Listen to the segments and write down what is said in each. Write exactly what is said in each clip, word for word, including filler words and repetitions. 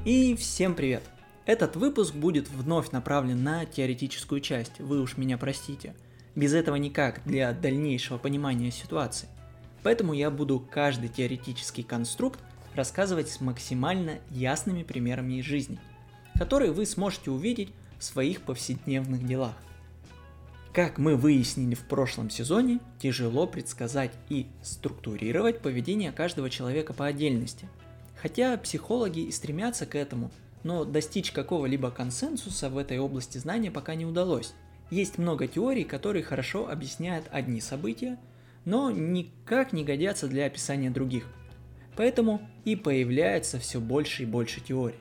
И всем привет! Этот выпуск будет вновь направлен на теоретическую часть, вы уж меня простите. Без этого никак для дальнейшего понимания ситуации. Поэтому я буду каждый теоретический конструкт рассказывать с максимально ясными примерами из жизни, которые вы сможете увидеть в своих повседневных делах. Как мы выяснили в прошлом сезоне, тяжело предсказать и структурировать поведение каждого человека по отдельности. Хотя психологи и стремятся к этому, но достичь какого-либо консенсуса в этой области знания пока не удалось. Есть много теорий, которые хорошо объясняют одни события, но никак не годятся для описания других. Поэтому и появляется все больше и больше теорий.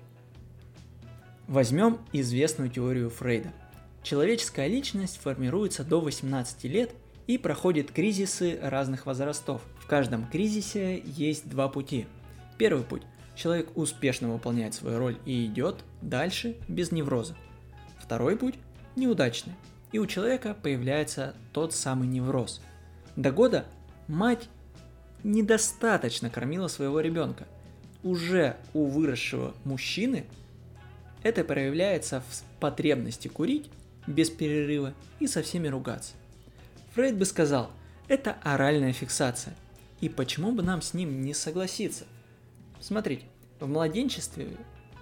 Возьмем известную теорию Фрейда. Человеческая личность формируется до восемнадцати лет и проходит кризисы разных возрастов. В каждом кризисе есть два пути. Первый путь. Человек успешно выполняет свою роль и идет дальше без невроза. Второй путь – неудачный, и у человека появляется тот самый невроз. До года мать недостаточно кормила своего ребенка. Уже у выросшего мужчины это проявляется в потребности курить без перерыва и со всеми ругаться. Фрейд бы сказал, это оральная фиксация, и почему бы нам с ним не согласиться? Смотрите, в младенчестве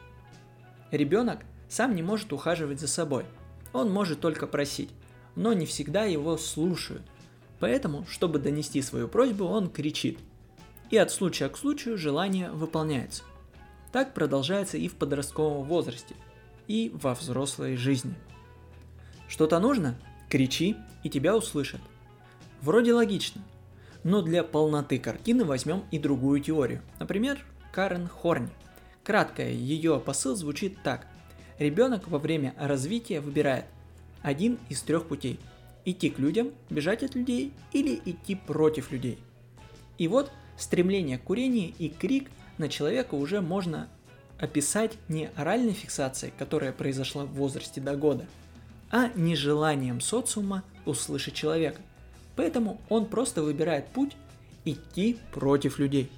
ребенок сам не может ухаживать за собой, он может только просить, но не всегда его слушают, поэтому, чтобы донести свою просьбу, он кричит, и от случая к случаю желание выполняется. Так продолжается и в подростковом возрасте, и во взрослой жизни. Что-то нужно? Кричи, и тебя услышат. Вроде логично, но для полноты картины возьмем и другую теорию, например, Карен Хорни. Кратко ее посыл звучит так. Ребенок во время развития выбирает один из трех путей. Идти к людям, бежать от людей или идти против людей. И вот стремление к курению и крик на человека уже можно описать не оральной фиксацией, которая произошла в возрасте до года, а нежеланием социума услышать человека. Поэтому он просто выбирает путь идти против людей.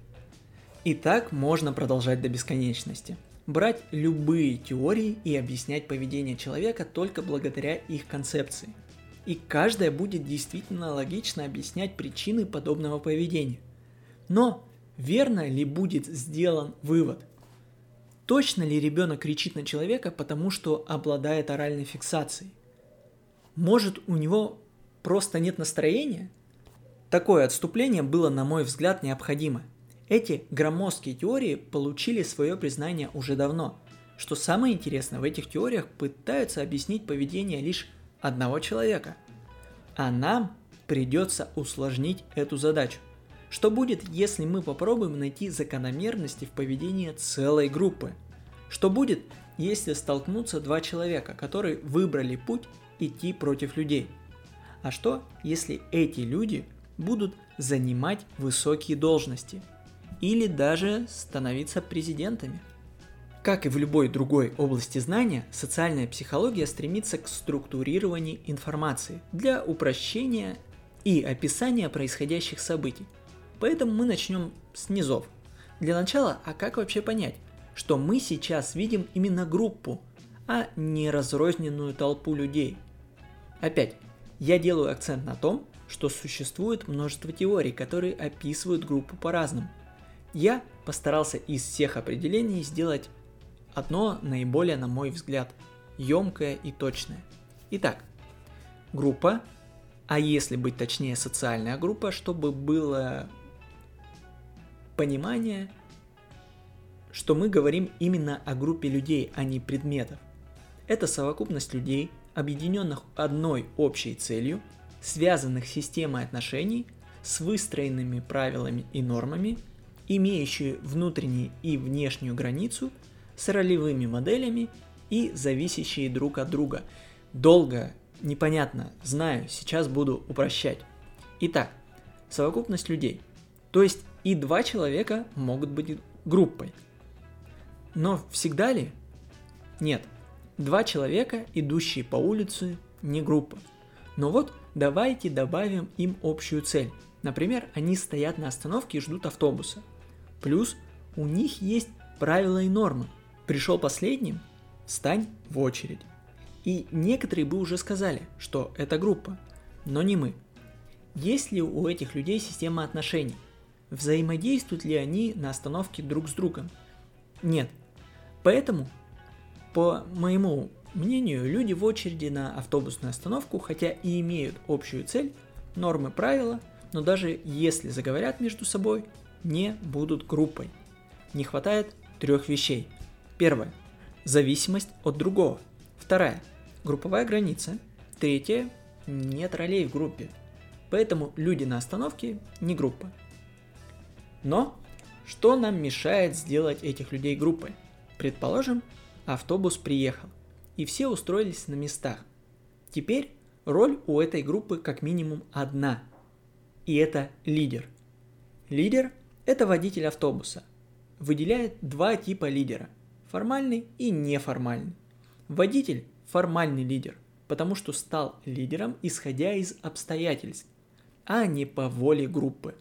И так можно продолжать до бесконечности. Брать любые теории и объяснять поведение человека только благодаря их концепции. И каждая будет действительно логично объяснять причины подобного поведения. Но верно ли будет сделан вывод? Точно ли ребенок кричит на человека, потому что обладает оральной фиксацией? Может, у него просто нет настроения? Такое отступление было, на мой взгляд, необходимо. Эти громоздкие теории получили свое признание уже давно. Что самое интересное, в этих теориях пытаются объяснить поведение лишь одного человека. А нам придется усложнить эту задачу. Что будет, если мы попробуем найти закономерности в поведении целой группы? Что будет, если столкнутся два человека, которые выбрали путь идти против людей? А что, если эти люди будут занимать высокие должности? Или даже становиться президентами? Как и в любой другой области знания, социальная психология стремится к структурированию информации для упрощения и описания происходящих событий. Поэтому мы начнем с низов. Для начала, а как вообще понять, что мы сейчас видим именно группу, а не разрозненную толпу людей? Опять, я делаю акцент на том, что существует множество теорий, которые описывают группу по-разному. Я постарался из всех определений сделать одно наиболее, на мой взгляд, емкое и точное. Итак, группа, а если быть точнее социальная группа, чтобы было понимание, что мы говорим именно о группе людей, а не предметов. Это совокупность людей, объединенных одной общей целью, связанных системой отношений, с выстроенными правилами и нормами, имеющие внутреннюю и внешнюю границу, с ролевыми моделями и зависящие друг от друга. Долго, непонятно, знаю, сейчас буду упрощать. Итак, совокупность людей. То есть и два человека могут быть группой. Но всегда ли? Нет. Два человека, идущие по улице, не группа. Но вот давайте добавим им общую цель. Например, они стоят на остановке и ждут автобуса. Плюс у них есть правила и нормы. Пришел последним, встань в очередь. И некоторые бы уже сказали, что это группа, но не мы. Есть ли у этих людей система отношений? Взаимодействуют ли они на остановке друг с другом? Нет. Поэтому, по моему мнению, люди в очереди на автобусную остановку, хотя и имеют общую цель, нормы, правила, но даже если заговорят между собой, не будут группой. Не хватает трех вещей. Первое. Зависимость от другого. Вторая. Групповая граница. Третье. Нет ролей в группе. Поэтому люди на остановке не группа. Но что нам мешает сделать этих людей группой? Предположим, автобус приехал, и все устроились на местах. Теперь роль у этой группы как минимум одна. И это лидер. Лидер – это водитель автобуса. Выделяет два типа лидера – формальный и неформальный. Водитель – формальный лидер, потому что стал лидером, исходя из обстоятельств, а не по воле группы.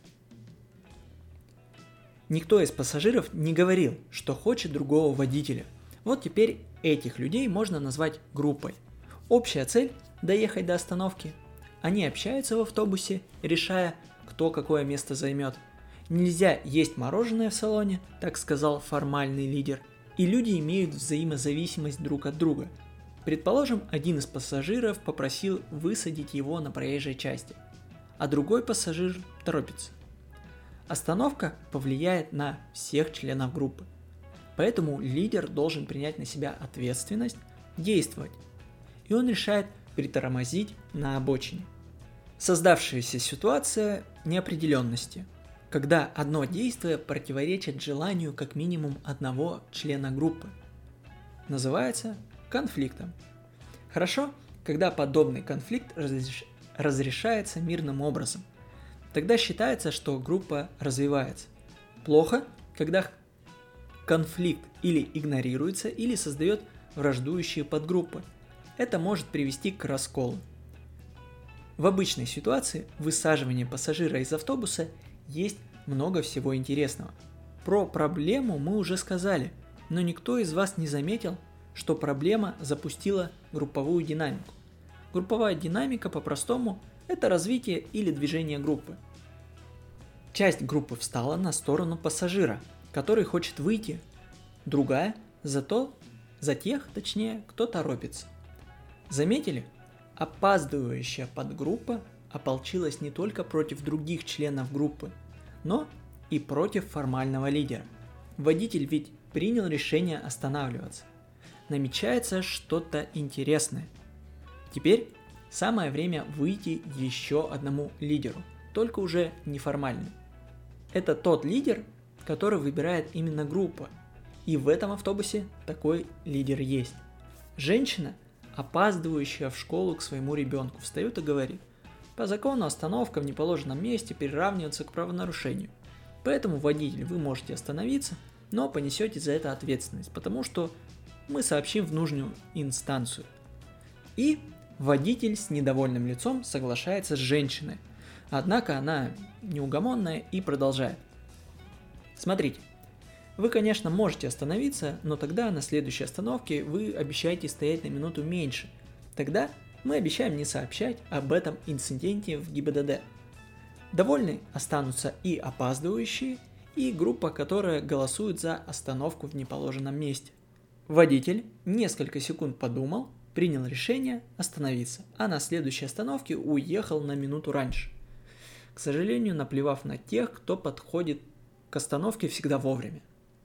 Никто из пассажиров не говорил, что хочет другого водителя. Вот теперь этих людей можно назвать группой. Общая цель – доехать до остановки. Они общаются в автобусе, решая, кто какое место займет. Нельзя есть мороженое в салоне, так сказал формальный лидер. И люди имеют взаимозависимость друг от друга. Предположим, один из пассажиров попросил высадить его на проезжей части, а другой пассажир торопится. Остановка повлияет на всех членов группы. Поэтому лидер должен принять на себя ответственность, действовать. И он решает притормозить на обочине. Создавшаяся ситуация неопределенности, когда одно действие противоречит желанию как минимум одного члена группы, называется конфликтом. Хорошо, когда подобный конфликт разреш... разрешается мирным образом. Тогда считается, что группа развивается. Плохо, когда конфликт или игнорируется, или создает враждующие подгруппы. Это может привести к расколу. В обычной ситуации высаживания пассажира из автобуса есть много всего интересного. Про проблему мы уже сказали, но никто из вас не заметил, что проблема запустила групповую динамику. Групповая динамика по-простому – это развитие или движение группы. Часть группы встала на сторону пассажира, который хочет выйти, другая – за то, за тех, точнее, кто торопится. Заметили? Опаздывающая подгруппа ополчилась не только против других членов группы, но и против формального лидера. Водитель ведь принял решение останавливаться. Намечается что-то интересное. Теперь самое время выйти еще одному лидеру, только уже неформальному. Это тот лидер, который выбирает именно группа, и в этом автобусе такой лидер есть. Женщина, опаздывающая в школу к своему ребенку, встает и говорит: по закону остановка в неположенном месте приравнивается к правонарушению. Поэтому, водитель, вы можете остановиться, но понесете за это ответственность, потому что мы сообщим в нужную инстанцию. И водитель с недовольным лицом соглашается с женщиной, однако она неугомонная и продолжает. Смотрите, вы, конечно, можете остановиться, но тогда на следующей остановке вы обещаете стоять на минуту меньше. Тогда мы обещаем не сообщать об этом инциденте в ГИБДД. Довольны останутся и опаздывающие, и группа, которая голосует за остановку в неположенном месте. Водитель несколько секунд подумал, принял решение остановиться, а на следующей остановке уехал на минуту раньше. К сожалению, наплевав на тех, кто подходит к остановке всегда вовремя.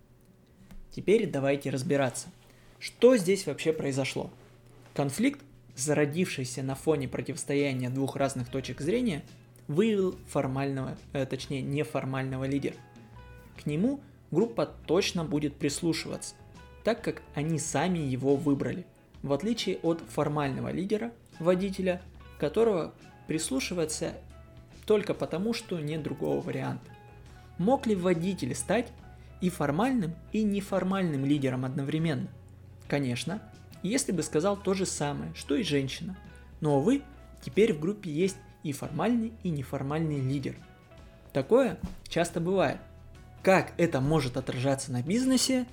Теперь давайте разбираться, что здесь вообще произошло. Конфликт, зародившийся на фоне противостояния двух разных точек зрения, выявил формального, э, точнее неформального лидера. К нему группа точно будет прислушиваться, так как они сами его выбрали, в отличие от формального лидера, водителя, которого прислушивается только потому, что нет другого варианта. Мог ли водитель стать и формальным, и неформальным лидером одновременно? Конечно, если бы сказал то же самое, что и женщина. Но, увы, теперь в группе есть и формальный, и неформальный лидер. Такое часто бывает. Как это может отражаться на бизнесе?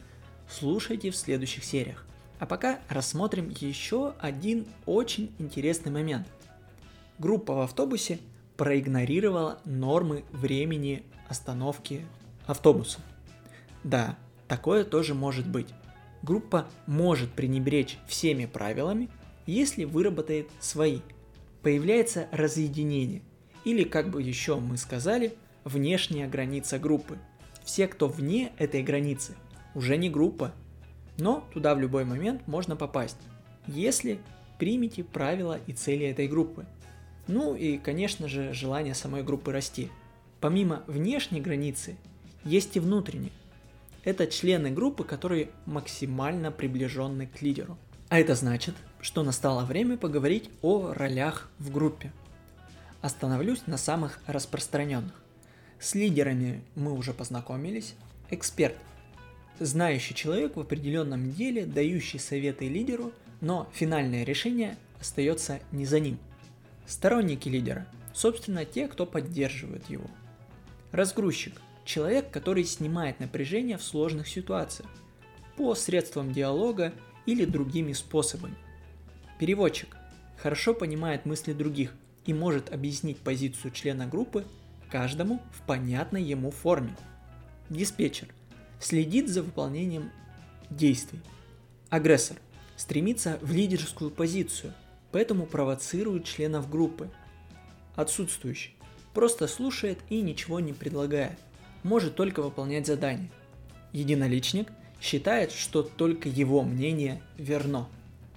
слушайте в следующих сериях. А пока рассмотрим еще один очень интересный момент. Группа в автобусе проигнорировала нормы времени остановки автобуса. Да, такое тоже может быть. Группа может пренебречь всеми правилами, если выработает свои. Появляется разъединение, или, как бы еще мы сказали, внешняя граница группы. Все, кто вне этой границы, уже не группа, но туда в любой момент можно попасть, если примете правила и цели этой группы. Ну и, конечно же, желание самой группы расти. Помимо внешней границы, есть и внутренние. Это члены группы, которые максимально приближены к лидеру. А это значит, что настало время поговорить о ролях в группе. Остановлюсь на самых распространенных. С лидерами мы уже познакомились. Эксперт. Знающий человек в определенном деле, дающий советы лидеру, но финальное решение остается не за ним. Сторонники лидера. Собственно, те, кто поддерживает его. Разгрузчик. Человек, который снимает напряжение в сложных ситуациях посредством диалога или другими способами. Переводчик. Хорошо понимает мысли других и может объяснить позицию члена группы каждому в понятной ему форме. Диспетчер. Следит за выполнением действий. Агрессор. Стремится в лидерскую позицию, поэтому провоцирует членов группы. Отсутствующий. Просто слушает и ничего не предлагает. Может только выполнять задания. Единоличник считает, что только его мнение верно.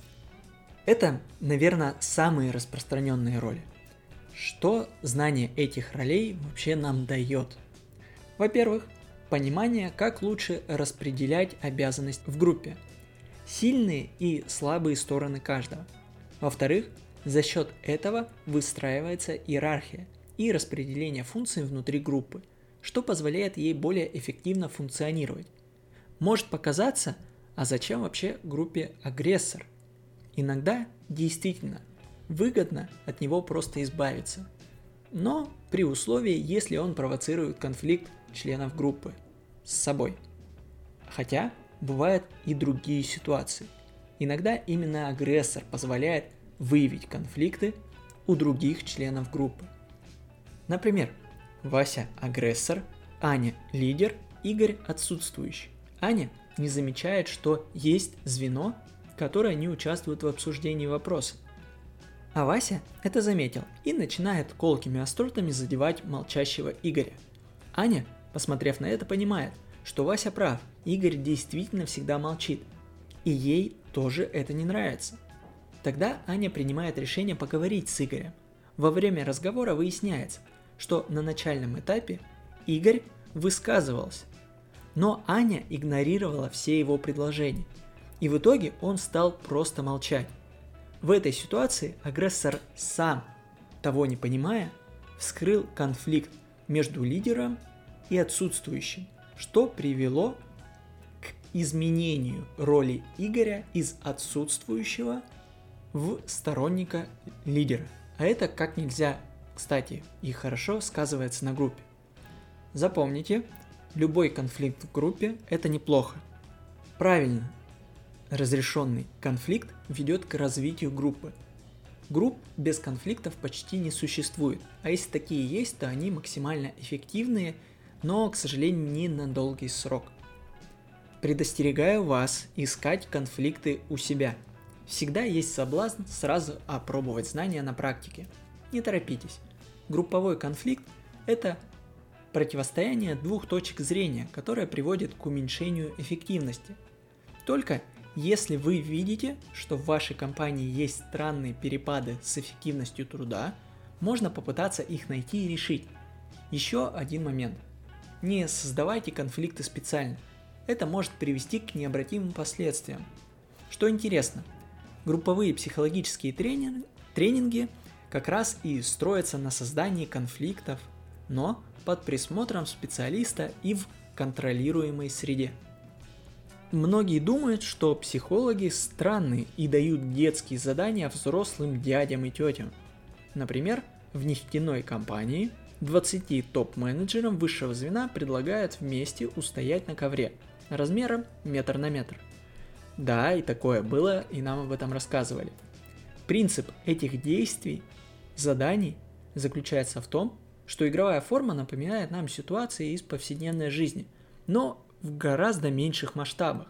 Это, наверное, самые распространенные роли. Что знание этих ролей вообще нам дает? Во-первых, понимание, как лучше распределять обязанность в группе. Сильные и слабые стороны каждого. Во-вторых, за счет этого выстраивается иерархия и распределение функций внутри группы, что позволяет ей более эффективно функционировать. Может показаться, а зачем вообще группе агрессор? Иногда действительно выгодно от него просто избавиться, но при условии, если он провоцирует конфликт членов группы с собой. Хотя бывают и другие ситуации. Иногда именно агрессор позволяет выявить конфликты у других членов группы. Например, Вася – агрессор, Аня – лидер, Игорь – отсутствующий. Аня не замечает, что есть звено, которое не участвует в обсуждении вопроса. А Вася это заметил и начинает колкими остротами задевать молчащего Игоря. Аня, посмотрев на это, понимает, что Вася прав, Игорь действительно всегда молчит, и ей тоже это не нравится. Тогда Аня принимает решение поговорить с Игорем. Во время разговора выясняется, что на начальном этапе Игорь высказывался, но Аня игнорировала все его предложения, и в итоге он стал просто молчать. В этой ситуации агрессор сам, того не понимая, вскрыл конфликт между лидером и отсутствующим, что привело к изменению роли Игоря из отсутствующего в сторонника лидера. А это как нельзя, кстати, и хорошо сказывается на группе. Запомните, любой конфликт в группе – это неплохо. Правильно разрешенный конфликт ведет к развитию группы. Групп без конфликтов почти не существует, а если такие есть, то они максимально эффективные, но, к сожалению, не на долгий срок. Предостерегаю вас искать конфликты у себя. Всегда есть соблазн сразу опробовать знания на практике. Не торопитесь. Групповой конфликт – это противостояние двух точек зрения, которое приводит к уменьшению эффективности. Только если вы видите, что в вашей компании есть странные перепады с эффективностью труда, можно попытаться их найти и решить. Еще один момент. Не создавайте конфликты специально. Это может привести к необратимым последствиям. Что интересно, групповые психологические тренинги, тренинги как раз и строятся на создании конфликтов, но под присмотром специалиста и в контролируемой среде. Многие думают, что психологи странные и дают детские задания взрослым дядям и тетям. Например, в нефтяной компании двадцати топ-менеджерам высшего звена предлагают вместе устоять на ковре, размером метр на метр. Да, и такое было, и нам об этом рассказывали. Принцип этих действий, заданий заключается в том, что игровая форма напоминает нам ситуации из повседневной жизни, но в гораздо меньших масштабах.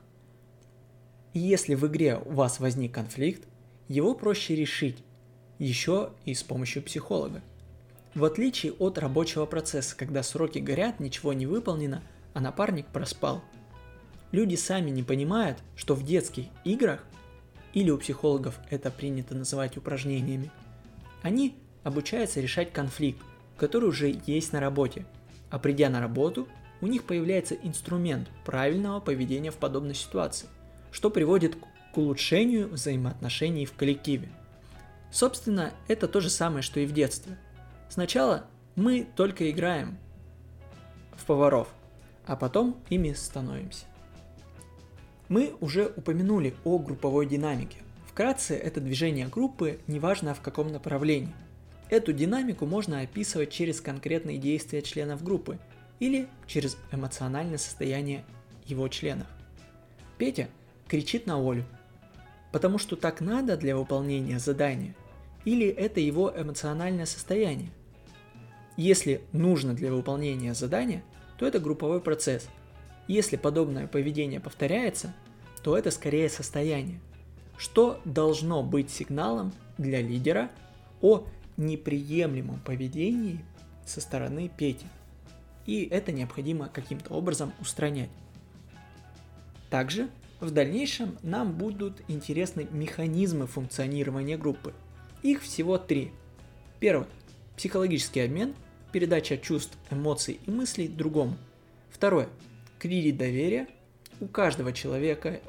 И если в игре у вас возник конфликт, его проще решить, еще и с помощью психолога. В отличие от рабочего процесса, когда сроки горят, ничего не выполнено, а напарник проспал. Люди сами не понимают, что в детских играх, или у психологов это принято называть упражнениями, они обучаются решать конфликт, который уже есть на работе, а придя на работу, у них появляется инструмент правильного поведения в подобной ситуации, что приводит к улучшению взаимоотношений в коллективе. Собственно, это то же самое, что и в детстве. Сначала мы только играем в поваров, а потом ими становимся. Мы уже упомянули о групповой динамике. Вкратце, это движение группы, неважно в каком направлении. Эту динамику можно описывать через конкретные действия членов группы или через эмоциональное состояние его членов. Петя кричит на Олю, потому что так надо для выполнения задания, или это его эмоциональное состояние. Если нужно для выполнения задания, то это групповой процесс. Если подобное поведение повторяется, то это скорее состояние, что должно быть сигналом для лидера о неприемлемом поведении со стороны Пети. И это необходимо каким-то образом устранять. Также в дальнейшем нам будут интересны механизмы функционирования группы. Их всего три. Первый – психологический обмен, передача чувств, эмоций и мыслей другому. Второе – кредит доверия. У каждого человека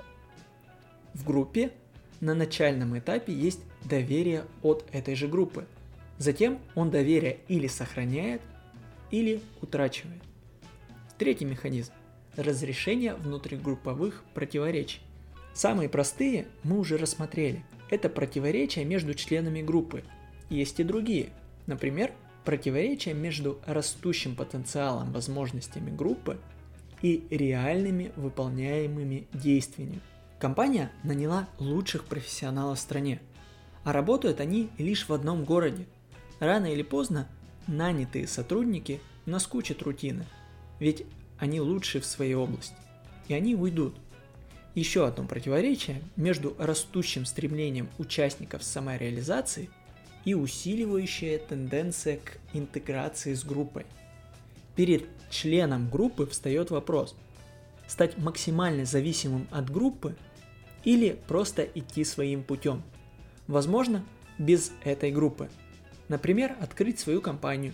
в группе на начальном этапе есть доверие от этой же группы. Затем он доверие или сохраняет, или утрачивает. Третий механизм – разрешение внутригрупповых противоречий. Самые простые мы уже рассмотрели. Это противоречия между членами группы. Есть и другие. Например, противоречия между растущим потенциалом возможностями группы и реальными выполняемыми действиями. Компания наняла лучших профессионалов в стране, а работают они лишь в одном городе. Рано или поздно нанятые сотрудники наскучат рутины, ведь они лучшие в своей области, и они уйдут. Еще одно противоречие между растущим стремлением участников самореализации и усиливающая тенденция к интеграции с группой. Перед членом группы встает вопрос: стать максимально зависимым от группы или просто идти своим путем. Возможно, без этой группы. Например, открыть свою компанию.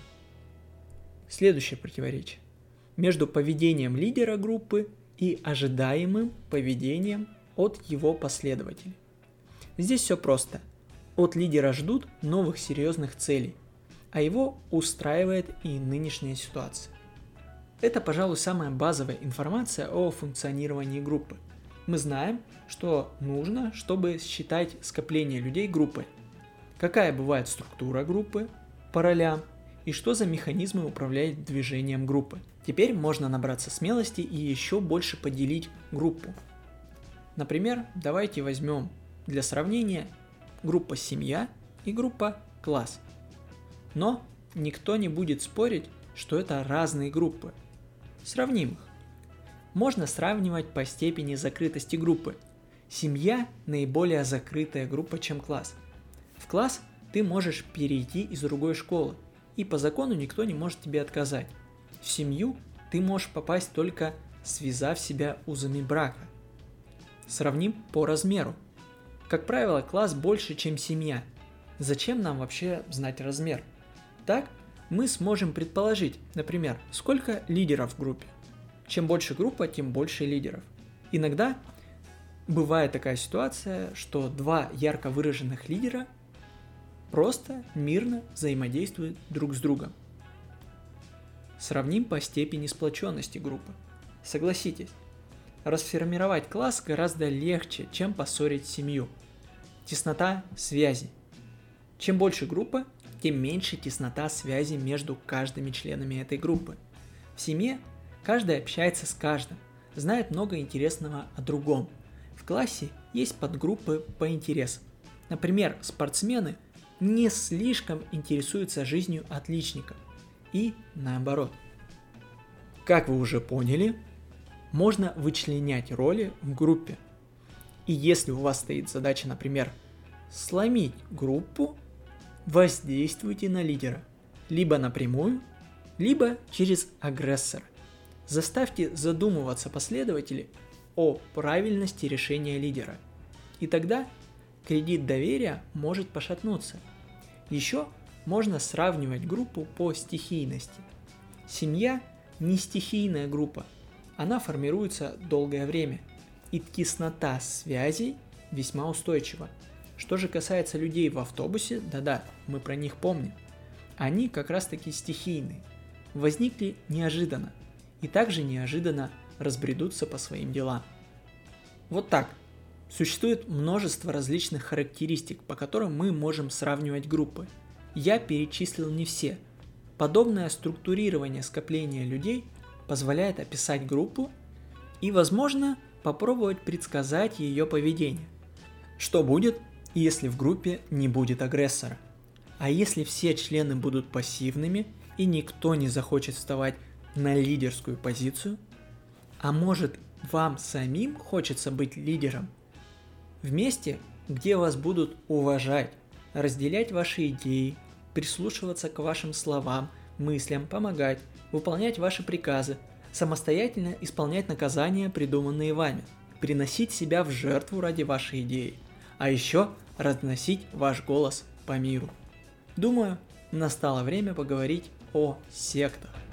Следующее противоречие между поведением лидера группы и ожидаемым поведением от его последователей. Здесь все просто. От лидера ждут новых серьезных целей, а его устраивает и нынешняя ситуация. Это, пожалуй, самая базовая информация о функционировании группы. Мы знаем, что нужно, чтобы считать скопление людей группой. Какая бывает структура группы по ролям и что за механизмы управляют движением группы. Теперь можно набраться смелости и еще больше поделить группу. Например, давайте возьмем для сравнения группа «семья» и группа «класс». Но никто не будет спорить, что это разные группы. Сравним их. Можно сравнивать по степени закрытости группы. Семья – наиболее закрытая группа, чем класс. В класс ты можешь перейти из другой школы, и по закону никто не может тебе отказать. В семью ты можешь попасть только связав себя узами брака. Сравним по размеру. Как правило, класс больше, чем семья. Зачем нам вообще знать размер? Так мы сможем предположить, например, сколько лидеров в группе. Чем больше группа, тем больше лидеров. Иногда бывает такая ситуация, что два ярко выраженных лидера просто мирно взаимодействуют друг с другом. Сравним по степени сплоченности группы. Согласитесь, расформировать класс гораздо легче, чем поссорить семью. Теснота связи. Чем больше группа, тем меньше теснота связи между каждыми членами этой группы. В семье каждый общается с каждым, знает много интересного о другом. В классе есть подгруппы по интересам. Например, спортсмены не слишком интересуются жизнью отличников. И наоборот. Как вы уже поняли, можно вычленять роли в группе. И если у вас стоит задача, например, сломить группу, воздействуйте на лидера. Либо напрямую, либо через агрессора. Заставьте задумываться последователей о правильности решения лидера. И тогда кредит доверия может пошатнуться. Еще можно сравнивать группу по стихийности. Семья не стихийная группа, она формируется долгое время, и теснота связей весьма устойчива. Что же касается людей в автобусе, да-да, мы про них помним. Они как раз таки стихийные, возникли неожиданно, и также неожиданно разбредутся по своим делам. Вот так. Существует множество различных характеристик, по которым мы можем сравнивать группы. Я перечислил не все. Подобное структурирование скопления людей позволяет описать группу и, возможно, попробовать предсказать ее поведение. Что будет, если в группе не будет агрессора? А если все члены будут пассивными и никто не захочет вставать на лидерскую позицию? А может, вам самим хочется быть лидером? В месте, где вас будут уважать, разделять ваши идеи, прислушиваться к вашим словам, мыслям, помогать, выполнять ваши приказы, самостоятельно исполнять наказания, придуманные вами, приносить себя в жертву ради вашей идеи, а еще разносить ваш голос по миру. Думаю, настало время поговорить о сектах.